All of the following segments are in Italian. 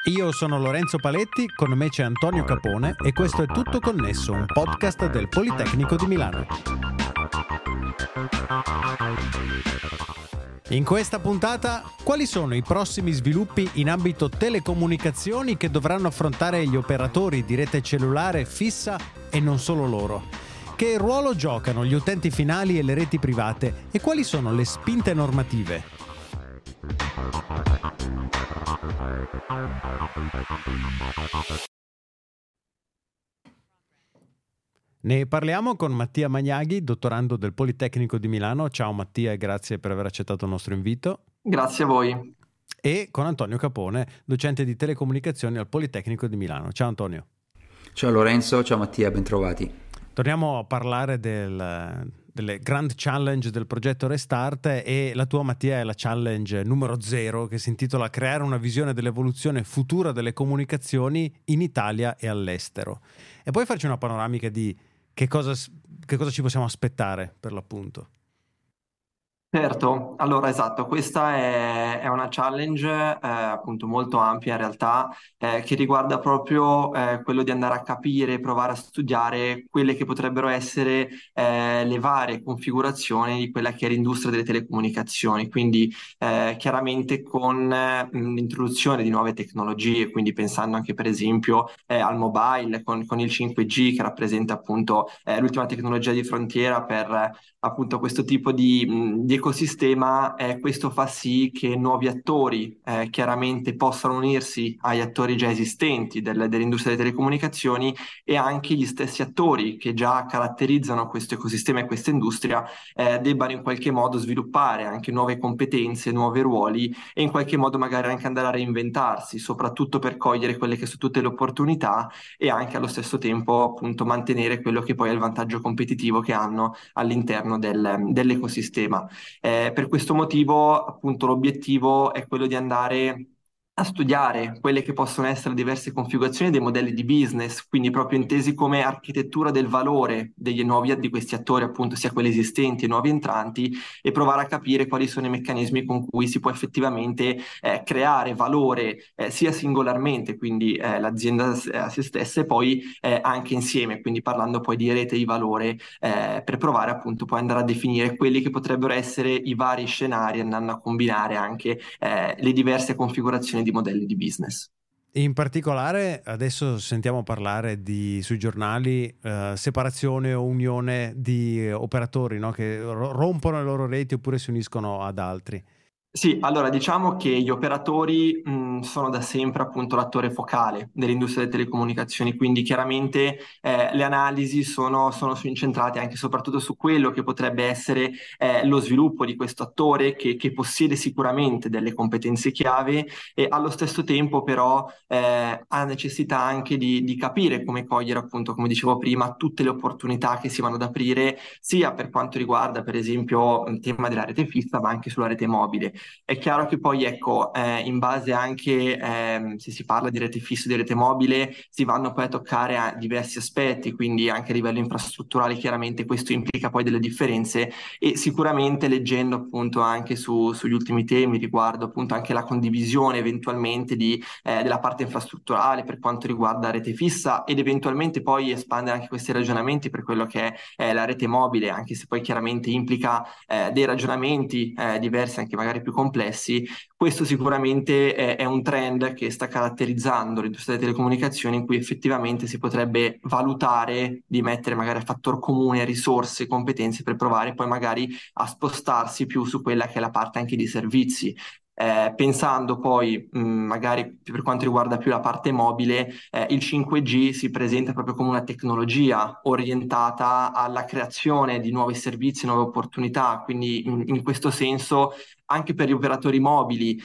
Io sono Lorenzo Paletti, con me c'è Antonio Capone e questo è Tutto Connesso, un podcast del Politecnico di Milano. In questa puntata, quali sono i prossimi sviluppi in ambito telecomunicazioni che dovranno affrontare gli operatori di rete cellulare fissa e non solo loro? Che ruolo giocano gli utenti finali e le reti private e quali sono le spinte normative? Ne parliamo con Mattia Magnaghi, dottorando del Politecnico di Milano. Ciao Mattia e grazie per aver accettato il nostro invito. Grazie a voi. E con Antonio Capone, docente di telecomunicazioni al Politecnico di Milano. Ciao Antonio. Ciao Lorenzo, ciao Mattia, bentrovati. Torniamo a parlare delle grand challenge del progetto Restart e la tua, Mattia, è la challenge numero 0 che si intitola Creare una visione dell'evoluzione futura delle comunicazioni in Italia e all'estero. E poi farci una panoramica di che cosa ci possiamo aspettare per l'appunto. Certo, allora esatto, questa è una challenge appunto molto ampia in realtà che riguarda proprio quello di andare a capire, provare a studiare quelle che potrebbero essere le varie configurazioni di quella che è l'industria delle telecomunicazioni, quindi chiaramente con l'introduzione di nuove tecnologie, quindi pensando anche per esempio al mobile con il 5G che rappresenta appunto l'ultima tecnologia di frontiera per appunto questo tipo di ecosistema, questo fa sì che nuovi attori chiaramente possano unirsi agli attori già esistenti dell'industria delle telecomunicazioni e anche gli stessi attori che già caratterizzano questo ecosistema e questa industria debbano in qualche modo sviluppare anche nuove competenze, nuovi ruoli e in qualche modo magari anche andare a reinventarsi, soprattutto per cogliere quelle che sono tutte le opportunità e anche allo stesso tempo appunto mantenere quello che poi è il vantaggio competitivo che hanno all'interno dell'ecosistema. Per questo motivo, appunto, l'obiettivo è quello di andare a studiare quelle che possono essere diverse configurazioni dei modelli di business, quindi proprio intesi come architettura del valore di questi attori, appunto, sia quelli esistenti e nuovi entranti, e provare a capire quali sono i meccanismi con cui si può effettivamente creare valore sia singolarmente, quindi l'azienda a se stessa, e poi anche insieme, quindi parlando poi di rete di valore per provare appunto poi andare a definire quelli che potrebbero essere i vari scenari, andando a combinare anche le diverse configurazioni di modelli di business. In particolare adesso sentiamo parlare sui giornali separazione o unione di operatori, no? Che rompono le loro reti oppure si uniscono ad altri. Sì, allora diciamo che gli operatori sono da sempre appunto l'attore focale dell'industria delle telecomunicazioni, quindi chiaramente le analisi sono incentrate anche e soprattutto su quello che potrebbe essere lo sviluppo di questo attore che possiede sicuramente delle competenze chiave e allo stesso tempo però ha necessità anche di capire come cogliere appunto, come dicevo prima, tutte le opportunità che si vanno ad aprire sia per quanto riguarda per esempio il tema della rete fissa ma anche sulla rete mobile. È chiaro che poi, ecco, in base anche, se si parla di rete fissa o di rete mobile, si vanno poi a toccare a diversi aspetti, quindi anche a livello infrastrutturale chiaramente questo implica poi delle differenze e sicuramente leggendo appunto anche sugli ultimi temi riguardo appunto anche la condivisione eventualmente della parte infrastrutturale per quanto riguarda rete fissa ed eventualmente poi espandere anche questi ragionamenti per quello che è la rete mobile, anche se poi chiaramente implica dei ragionamenti diversi, anche magari più complessi. Questo sicuramente è un trend che sta caratterizzando l'industria delle telecomunicazioni in cui effettivamente si potrebbe valutare di mettere magari a fattor comune risorse, competenze per provare poi magari a spostarsi più su quella che è la parte anche di servizi. Pensando poi magari per quanto riguarda più la parte mobile, il 5G si presenta proprio come una tecnologia orientata alla creazione di nuovi servizi, nuove opportunità, quindi in questo senso anche per gli operatori mobili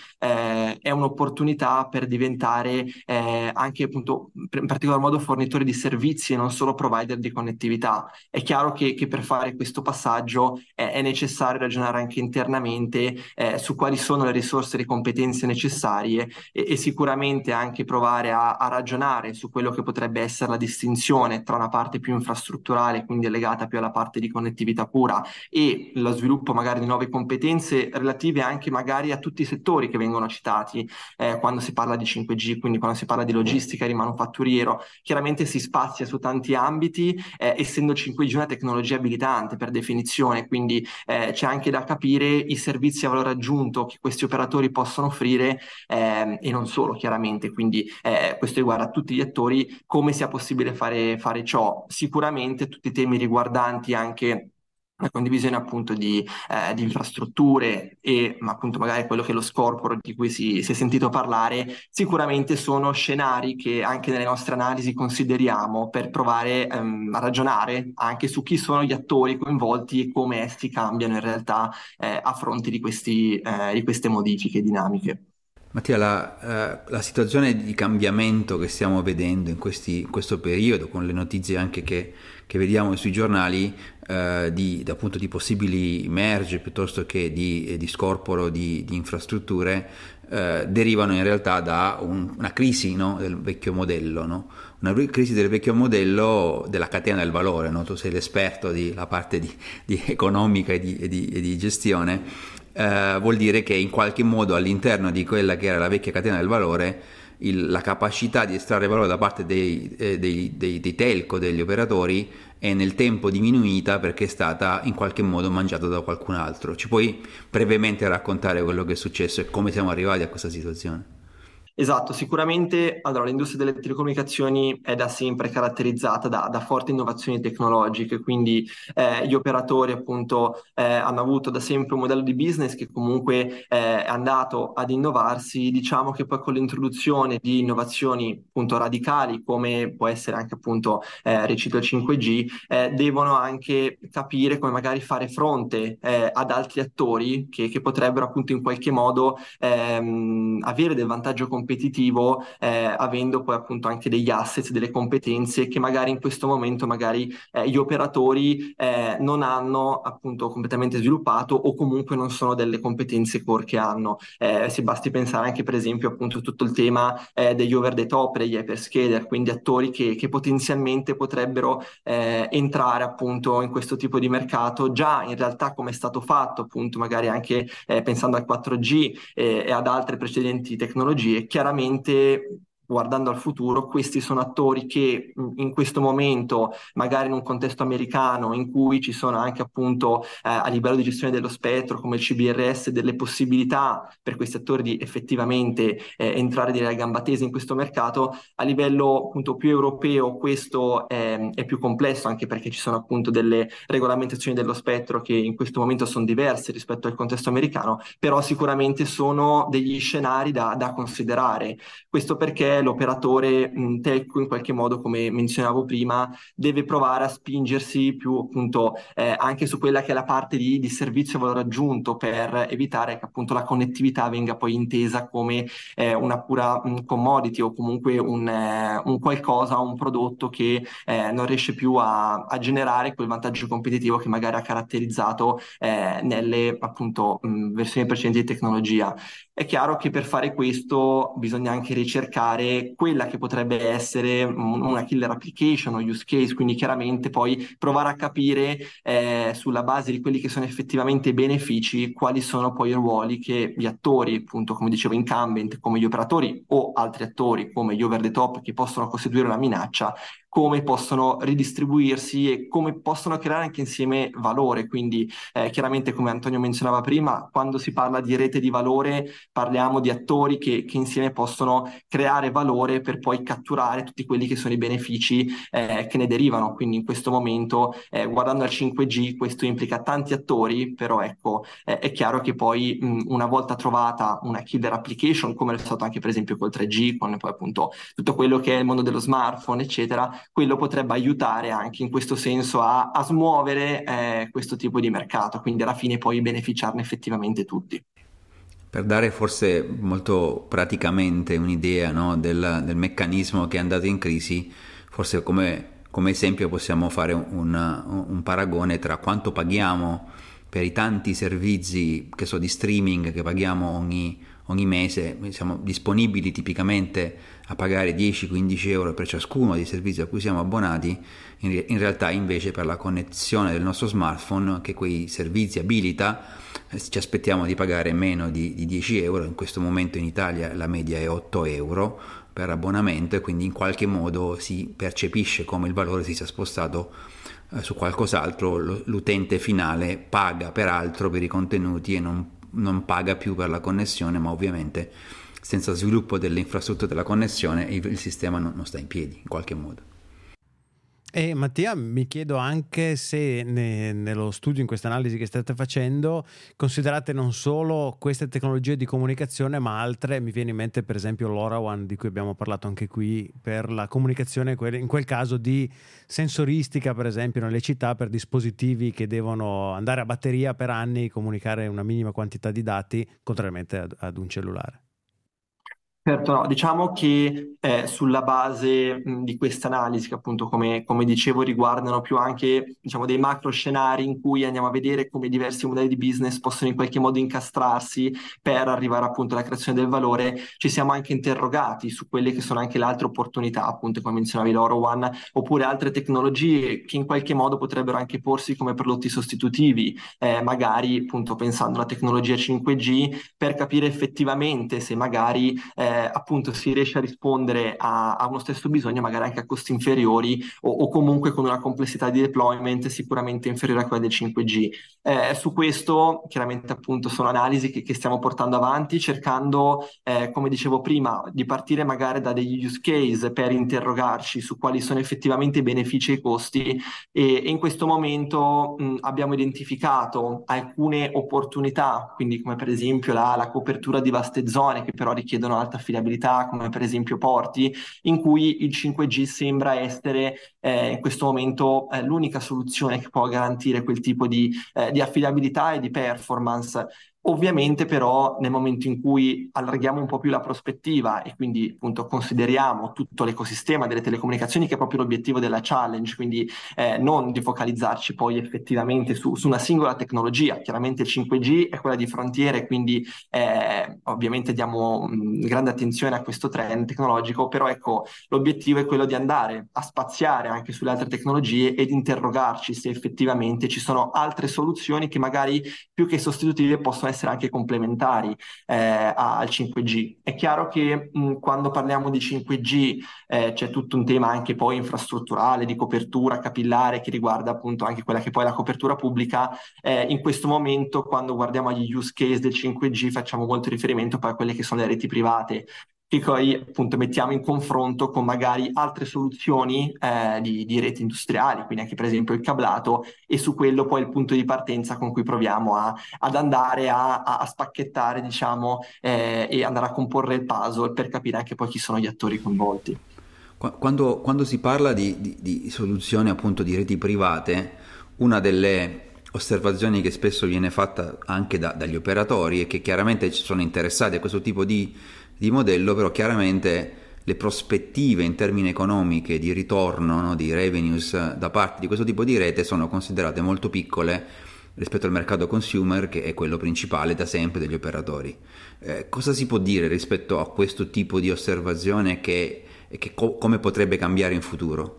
è un'opportunità per diventare anche appunto in particolar modo fornitori di servizi e non solo provider di connettività. È chiaro che per fare questo passaggio è necessario ragionare anche internamente su quali sono le risorse e le competenze necessarie e sicuramente anche provare a ragionare su quello che potrebbe essere la distinzione tra una parte più infrastrutturale, quindi legata più alla parte di connettività pura, e lo sviluppo magari di nuove competenze relative relative anche magari a tutti i settori che vengono citati quando si parla di 5G, quindi quando si parla di logistica, di manufatturiero. Chiaramente si spazia su tanti ambiti, essendo 5G una tecnologia abilitante per definizione, quindi c'è anche da capire i servizi a valore aggiunto che questi operatori possono offrire, e non solo chiaramente, quindi questo riguarda tutti gli attori, come sia possibile fare ciò. Sicuramente tutti i temi riguardanti anche la condivisione appunto di infrastrutture e ma appunto magari quello che è lo scorporo di cui si è sentito parlare, sicuramente sono scenari che anche nelle nostre analisi consideriamo per provare a ragionare anche su chi sono gli attori coinvolti e come essi cambiano in realtà a fronte di queste modifiche dinamiche. Mattia, la situazione di cambiamento che stiamo vedendo in questo periodo, con le notizie anche che vediamo sui giornali, appunto di possibili merge piuttosto che di scorporo di infrastrutture, derivano in realtà da una crisi, no, del vecchio modello, no? Una crisi del vecchio modello della catena del valore, no? Tu sei l'esperto della parte di economica e di gestione. Vuol dire che in qualche modo all'interno di quella che era la vecchia catena del valore la capacità di estrarre valore da parte dei telco, degli operatori, è nel tempo diminuita perché è stata in qualche modo mangiata da qualcun altro. Ci puoi brevemente raccontare quello che è successo e come siamo arrivati a questa situazione? Esatto, sicuramente allora, l'industria delle telecomunicazioni è da sempre caratterizzata da forti innovazioni tecnologiche, quindi gli operatori appunto hanno avuto da sempre un modello di business che comunque è andato ad innovarsi. Diciamo che poi con l'introduzione di innovazioni appunto radicali, come può essere anche appunto recito il 5G, devono anche capire come magari fare fronte ad altri attori che potrebbero appunto in qualche modo avere del vantaggio competitivo, avendo poi appunto anche degli assets, delle competenze che magari in questo momento magari gli operatori non hanno appunto completamente sviluppato, o comunque non sono delle competenze core che hanno. Si basti pensare anche per esempio appunto tutto il tema degli over the top, degli hyperscaler, quindi attori che potenzialmente potrebbero entrare appunto in questo tipo di mercato, già in realtà come è stato fatto appunto magari anche pensando al 4G e ad altre precedenti tecnologie. Chiaramente guardando al futuro, questi sono attori che in questo momento, magari in un contesto americano in cui ci sono anche appunto a livello di gestione dello spettro come il CBRS delle possibilità per questi attori di effettivamente entrare direi a gamba tesa in questo mercato, a livello appunto più europeo questo è più complesso, anche perché ci sono appunto delle regolamentazioni dello spettro che in questo momento sono diverse rispetto al contesto americano, però sicuramente sono degli scenari da considerare. Questo perché l'operatore telco in qualche modo, come menzionavo prima, deve provare a spingersi più appunto anche su quella che è la parte di servizio a valore aggiunto, per evitare che appunto la connettività venga poi intesa come una pura commodity o comunque un qualcosa, un prodotto che non riesce più a generare quel vantaggio competitivo che magari ha caratterizzato nelle appunto versioni precedenti di tecnologia. È chiaro che per fare questo bisogna anche ricercare quella che potrebbe essere una killer application o use case, quindi chiaramente poi provare a capire sulla base di quelli che sono effettivamente i benefici, quali sono poi i ruoli che gli attori, appunto come dicevo incumbent, come gli operatori o altri attori come gli over the top che possono costituire una minaccia, come possono ridistribuirsi e come possono creare anche insieme valore. Quindi chiaramente, come Antonio menzionava prima, quando si parla di rete di valore parliamo di attori che insieme possono creare valore per poi catturare tutti quelli che sono i benefici che ne derivano. Quindi in questo momento, guardando al 5G, questo implica tanti attori, però ecco, è chiaro che poi una volta trovata una killer application, come è stato anche per esempio col 3G, con poi appunto tutto quello che è il mondo dello smartphone, eccetera, quello potrebbe aiutare anche in questo senso a smuovere questo tipo di mercato, quindi alla fine poi beneficiarne effettivamente tutti. Per dare forse molto praticamente un'idea, no, del meccanismo che è andato in crisi, forse come esempio possiamo fare un paragone tra quanto paghiamo per i tanti servizi che so di streaming che paghiamo ogni mese, siamo disponibili tipicamente a pagare 10-15 euro per ciascuno dei servizi a cui siamo abbonati. In realtà invece per la connessione del nostro smartphone che quei servizi abilita ci aspettiamo di pagare meno di 10 euro. In questo momento in Italia la media è 8 euro per abbonamento, e quindi in qualche modo si percepisce come il valore si sia spostato su qualcos'altro. L'utente finale paga per altro, per i contenuti, e non paga più per la connessione, ma ovviamente senza sviluppo delle infrastrutture della connessione il sistema non sta in piedi in qualche modo. E Mattia, mi chiedo anche se nello studio, in questa analisi che state facendo, considerate non solo queste tecnologie di comunicazione, ma altre. Mi viene in mente per esempio LoRaWAN, di cui abbiamo parlato anche qui, per la comunicazione, in quel caso di sensoristica, per esempio nelle città, per dispositivi che devono andare a batteria per anni, comunicare una minima quantità di dati, contrariamente ad un cellulare. Certo, no, diciamo che sulla base di questa analisi, che appunto come dicevo riguardano più anche diciamo, dei macro scenari in cui andiamo a vedere come diversi modelli di business possono in qualche modo incastrarsi per arrivare appunto alla creazione del valore, ci siamo anche interrogati su quelle che sono anche le altre opportunità, appunto come menzionavi LoRaWAN, oppure altre tecnologie che in qualche modo potrebbero anche porsi come prodotti sostitutivi, magari appunto pensando alla tecnologia 5G, per capire effettivamente se magari appunto si riesce a rispondere a uno stesso bisogno magari anche a costi inferiori o comunque con una complessità di deployment sicuramente inferiore a quella del 5G. Su questo chiaramente appunto sono analisi che stiamo portando avanti cercando, come dicevo prima, di partire magari da degli use case per interrogarci su quali sono effettivamente i benefici e i costi, e in questo momento abbiamo identificato alcune opportunità, quindi come per esempio la copertura di vaste zone che però richiedono alta affidabilità, come per esempio porti, in cui il 5G sembra essere in questo momento l'unica soluzione che può garantire quel tipo di affidabilità e di performance. Ovviamente però nel momento in cui allarghiamo un po' più la prospettiva e quindi appunto consideriamo tutto l'ecosistema delle telecomunicazioni, che è proprio l'obiettivo della challenge, quindi non di focalizzarci poi effettivamente su una singola tecnologia. Chiaramente il 5G è quella di frontiere, quindi ovviamente diamo grande attenzione a questo trend tecnologico, però ecco, l'obiettivo è quello di andare a spaziare anche sulle altre tecnologie ed interrogarci se effettivamente ci sono altre soluzioni che magari più che sostitutive possono essere anche complementari al 5G. È chiaro che quando parliamo di 5G c'è tutto un tema anche poi infrastrutturale, di copertura capillare, che riguarda appunto anche quella che poi è la copertura pubblica. In questo momento, quando guardiamo agli use case del 5G, facciamo molto riferimento poi a quelle che sono le reti private, che poi appunto mettiamo in confronto con magari altre soluzioni di reti industriali, quindi anche per esempio il cablato, e su quello poi il punto di partenza con cui proviamo ad andare a spacchettare, diciamo, e andare a comporre il puzzle per capire anche poi chi sono gli attori coinvolti. Quando si parla di soluzioni appunto di reti private, una delle osservazioni che spesso viene fatta anche dagli operatori è che chiaramente ci sono interessati a questo tipo di modello, però chiaramente le prospettive in termini economiche di ritorno, no, di revenues da parte di questo tipo di rete sono considerate molto piccole rispetto al mercato consumer, che è quello principale da sempre degli operatori. Cosa si può dire rispetto a questo tipo di osservazione come potrebbe cambiare in futuro?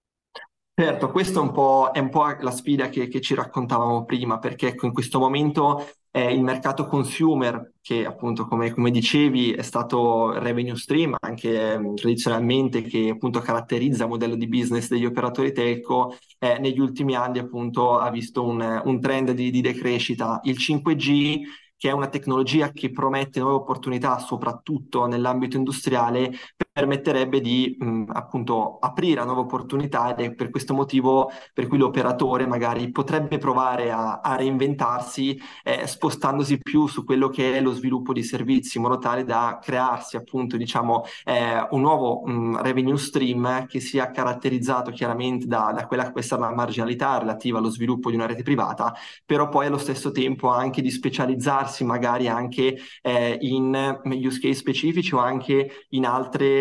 Certo, questo è un po' la sfida che ci raccontavamo prima, perché ecco, in questo momento il mercato consumer, che appunto come dicevi è stato il revenue stream anche tradizionalmente, che appunto caratterizza il modello di business degli operatori telco, negli ultimi anni appunto ha visto un trend di decrescita. Il 5G, che è una tecnologia che promette nuove opportunità soprattutto nell'ambito industriale, permetterebbe di appunto aprire a nuove opportunità, ed è per questo motivo per cui l'operatore magari potrebbe provare a reinventarsi, spostandosi più su quello che è lo sviluppo di servizi, in modo tale da crearsi appunto diciamo un nuovo revenue stream che sia caratterizzato chiaramente da quella che può essere la marginalità relativa allo sviluppo di una rete privata, però poi allo stesso tempo anche di specializzarsi magari anche in use case specifici o anche in altre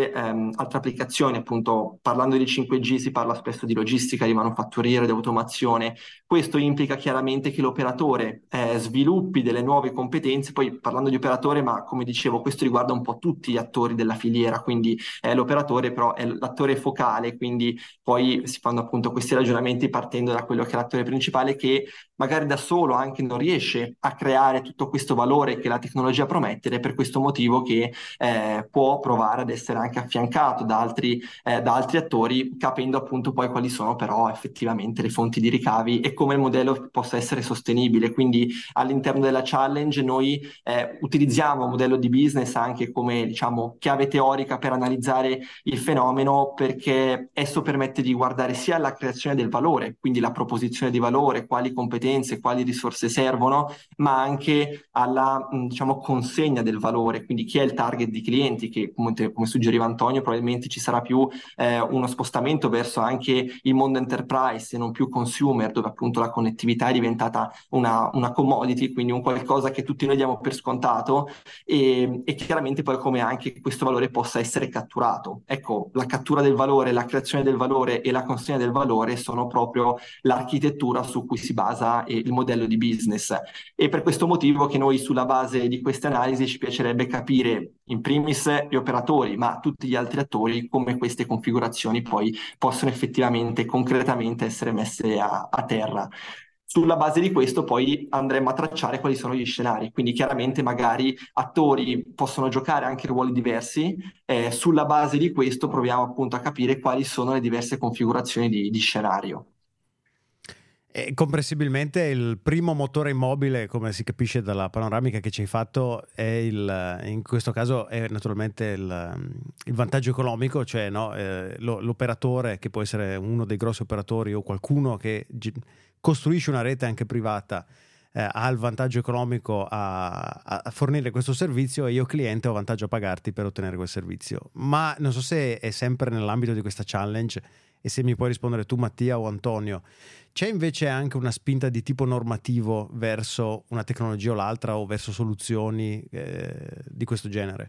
altre applicazioni. Appunto, parlando di 5G si parla spesso di logistica, di manufatturiero, di automazione. Questo implica chiaramente che l'operatore sviluppi delle nuove competenze. Poi parlando di operatore, ma come dicevo, questo riguarda un po' tutti gli attori della filiera, quindi l'operatore però è l'attore focale, quindi poi si fanno appunto questi ragionamenti partendo da quello che è l'attore principale, che magari da solo anche non riesce a creare tutto questo valore che la tecnologia promette, ed è per questo motivo che può provare ad essere anche affiancato da altri attori, capendo appunto poi quali sono però effettivamente le fonti di ricavi e come il modello possa essere sostenibile. Quindi all'interno della challenge noi utilizziamo un modello di business anche come, diciamo, chiave teorica per analizzare il fenomeno, perché esso permette di guardare sia alla creazione del valore, quindi la proposizione di valore, quali competenze, quali risorse servono, ma anche alla, diciamo, consegna del valore, quindi chi è il target di clienti, che come suggeriva Antonio probabilmente ci sarà più uno spostamento verso anche il mondo enterprise e non più consumer, dove appunto la connettività è diventata una commodity, quindi un qualcosa che tutti noi diamo per scontato, e chiaramente poi come anche questo valore possa essere catturato. Ecco, la cattura del valore, la creazione del valore e la consegna del valore sono proprio l'architettura su cui si basa il modello di business. E per questo motivo che noi sulla base di queste analisi ci piacerebbe capire in primis gli operatori, ma tutti gli altri attori, come queste configurazioni poi possono effettivamente, concretamente essere messe a terra. Sulla base di questo poi andremo a tracciare quali sono gli scenari, quindi chiaramente magari attori possono giocare anche ruoli diversi, sulla base di questo proviamo appunto a capire quali sono le diverse configurazioni di scenario. E comprensibilmente il primo motore immobile, come si capisce dalla panoramica che ci hai fatto, è in questo caso è naturalmente il vantaggio economico, cioè no, l'operatore, che può essere uno dei grossi operatori o qualcuno che costruisce una rete anche privata, ha il vantaggio economico a fornire questo servizio, e io cliente ho vantaggio a pagarti per ottenere quel servizio. Ma non so se è sempre nell'ambito di questa challenge, e se mi puoi rispondere tu, Mattia o Antonio, c'è invece anche una spinta di tipo normativo verso una tecnologia o l'altra, o verso soluzioni di questo genere?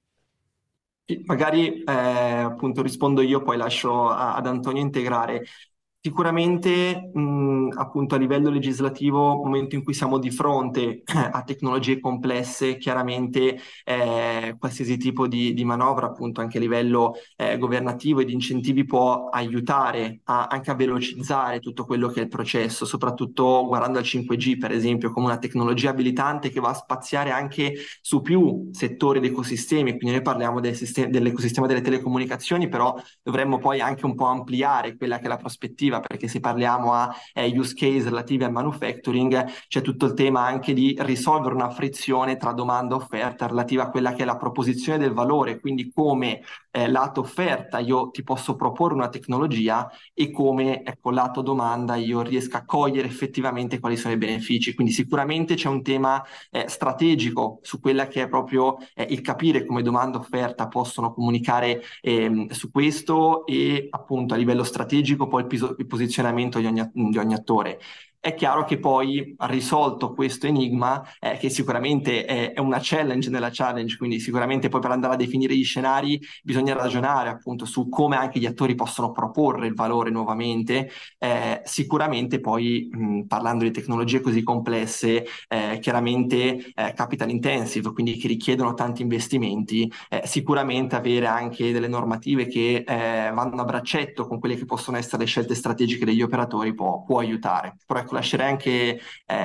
Magari appunto rispondo io, poi lascio ad Antonio integrare. Sicuramente, appunto a livello legislativo, nel momento in cui siamo di fronte a tecnologie complesse, chiaramente qualsiasi tipo di manovra, appunto anche a livello governativo e di incentivi, può aiutare anche a velocizzare tutto quello che è il processo, soprattutto guardando al 5G, per esempio, come una tecnologia abilitante che va a spaziare anche su più settori ed ecosistemi. Quindi noi parliamo dell'ecosistema delle telecomunicazioni, però dovremmo poi anche un po' ampliare quella che è la prospettiva, perché se parliamo a use case relativi al manufacturing, c'è tutto il tema anche di risolvere una frizione tra domanda e offerta relativa a quella che è la proposizione del valore, quindi come lato offerta io ti posso proporre una tecnologia, e come, ecco, lato domanda io riesco a cogliere effettivamente quali sono i benefici. Quindi sicuramente c'è un tema strategico su quella che è proprio il capire come domanda e offerta possono comunicare su questo, e appunto a livello strategico poi il posizionamento di ogni attore. È chiaro che poi ha risolto questo enigma, che sicuramente è una challenge nella challenge, quindi sicuramente poi per andare a definire gli scenari bisogna ragionare appunto su come anche gli attori possono proporre il valore nuovamente. Sicuramente poi parlando di tecnologie così complesse, chiaramente capital intensive, quindi che richiedono tanti investimenti, sicuramente avere anche delle normative che vanno a braccetto con quelle che possono essere le scelte strategiche degli operatori può aiutare. Però ecco, lascerei anche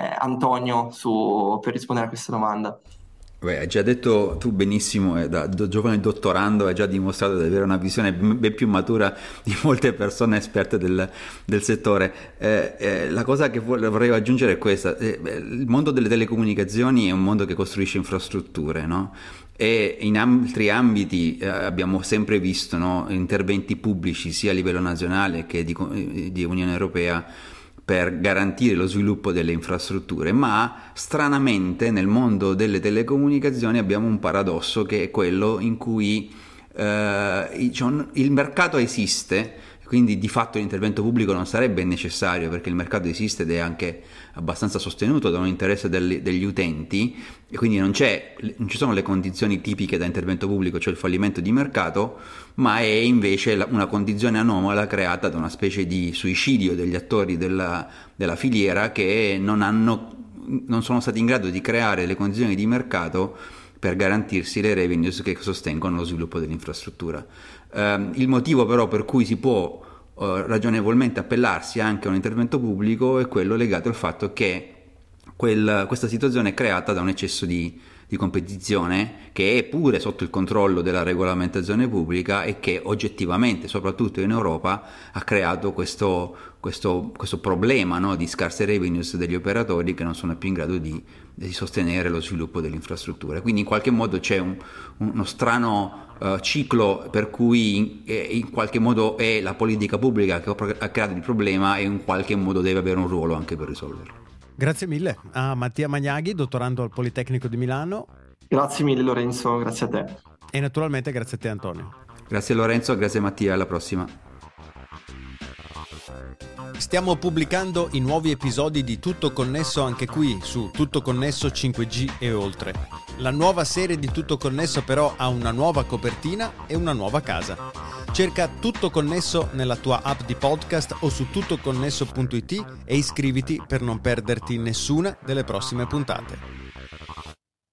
Antonio per rispondere a questa domanda. Beh, hai già detto tu benissimo, da giovane dottorando hai già dimostrato di avere una visione ben più matura di molte persone esperte del settore. La cosa che vorrei aggiungere è questa: il mondo delle telecomunicazioni è un mondo che costruisce infrastrutture, no? E in altri ambiti abbiamo sempre visto, no, interventi pubblici sia a livello nazionale che di Unione Europea per garantire lo sviluppo delle infrastrutture, ma stranamente nel mondo delle telecomunicazioni abbiamo un paradosso, che è quello in cui il mercato esiste, quindi di fatto l'intervento pubblico non sarebbe necessario, perché il mercato esiste ed è anche abbastanza sostenuto da un interesse degli utenti, e quindi non ci sono le condizioni tipiche da intervento pubblico, cioè il fallimento di mercato, ma è invece una condizione anomala creata da una specie di suicidio degli attori della filiera che non sono stati in grado di creare le condizioni di mercato per garantirsi le revenues che sostengono lo sviluppo dell'infrastruttura. Il motivo però per cui si può ragionevolmente appellarsi anche a un intervento pubblico è quello legato al fatto che questa situazione è creata da un eccesso di competizione che è pure sotto il controllo della regolamentazione pubblica e che oggettivamente, soprattutto in Europa, ha creato questo problema, no, di scarse revenues degli operatori che non sono più in grado di sostenere lo sviluppo dell'infrastruttura. Quindi in qualche modo c'è uno strano ciclo per cui in qualche modo è la politica pubblica che ha creato il problema e in qualche modo deve avere un ruolo anche per risolverlo. Grazie mille a Mattia Magnaghi, dottorando al Politecnico di Milano. Grazie mille Lorenzo, grazie a te. E naturalmente grazie a te Antonio. Grazie Lorenzo, grazie Mattia, alla prossima. Stiamo pubblicando i nuovi episodi di Tutto Connesso anche qui su Tutto Connesso 5G e oltre. La nuova serie di Tutto Connesso però ha una nuova copertina e una nuova casa. Cerca Tutto Connesso nella tua app di podcast o su tuttoconnesso.it e iscriviti per non perderti nessuna delle prossime puntate.